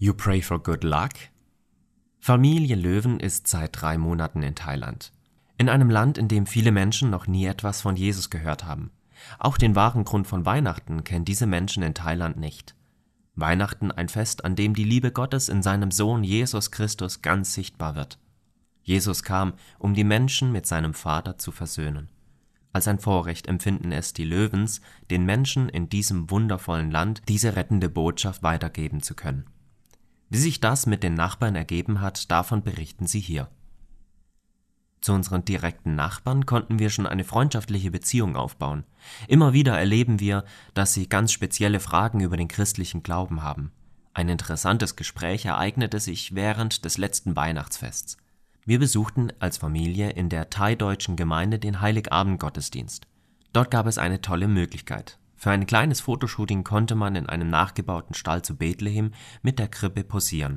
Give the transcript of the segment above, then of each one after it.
You pray for good luck? Familie Löwen ist seit 3 Monaten in Thailand. In einem Land, in dem viele Menschen noch nie etwas von Jesus gehört haben. Auch den wahren Grund von Weihnachten kennen diese Menschen in Thailand nicht. Weihnachten ein Fest, an dem die Liebe Gottes in seinem Sohn Jesus Christus ganz sichtbar wird. Jesus kam, um die Menschen mit seinem Vater zu versöhnen. Als ein Vorrecht empfinden es die Löwens, den Menschen in diesem wundervollen Land diese rettende Botschaft weitergeben zu können. Wie sich das mit den Nachbarn ergeben hat, davon berichten sie hier. Zu unseren direkten Nachbarn konnten wir schon eine freundschaftliche Beziehung aufbauen. Immer wieder erleben wir, dass sie ganz spezielle Fragen über den christlichen Glauben haben. Ein interessantes Gespräch ereignete sich während des letzten Weihnachtsfests. Wir besuchten als Familie in der thai-deutschen Gemeinde den Heiligabend-Gottesdienst. Dort gab es eine tolle Möglichkeit. Für ein kleines Fotoshooting konnte man in einem nachgebauten Stall zu Bethlehem mit der Krippe posieren.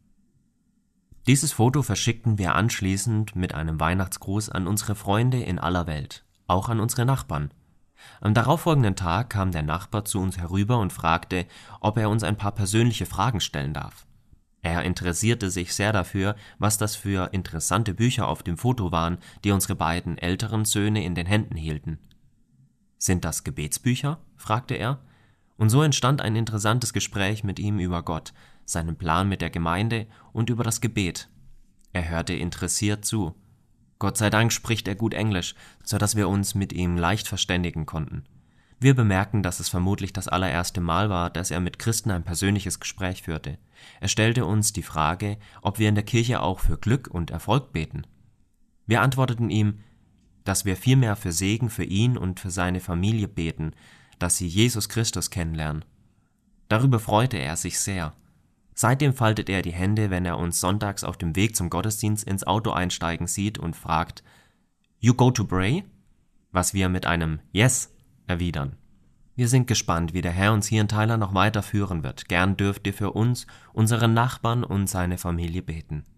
Dieses Foto verschickten wir anschließend mit einem Weihnachtsgruß an unsere Freunde in aller Welt, auch an unsere Nachbarn. Am darauffolgenden Tag kam der Nachbar zu uns herüber und fragte, ob er uns ein paar persönliche Fragen stellen darf. Er interessierte sich sehr dafür, was das für interessante Bücher auf dem Foto waren, die unsere beiden älteren Söhne in den Händen hielten. »Sind das Gebetsbücher?« fragte er. Und so entstand ein interessantes Gespräch mit ihm über Gott, seinen Plan mit der Gemeinde und über das Gebet. Er hörte interessiert zu. Gott sei Dank spricht er gut Englisch, sodass wir uns mit ihm leicht verständigen konnten. Wir bemerkten, dass es vermutlich das allererste Mal war, dass er mit Christen ein persönliches Gespräch führte. Er stellte uns die Frage, ob wir in der Kirche auch für Glück und Erfolg beten. Wir antworteten ihm, dass wir vielmehr für Segen für ihn und für seine Familie beten, dass sie Jesus Christus kennenlernen. Darüber freute er sich sehr. Seitdem faltet er die Hände, wenn er uns sonntags auf dem Weg zum Gottesdienst ins Auto einsteigen sieht und fragt, »You go to pray?« Was wir mit einem »Yes« erwidern. Wir sind gespannt, wie der Herr uns hier in Thailand noch weiterführen wird. Gern dürft ihr für uns, unsere Nachbarn und seine Familie beten.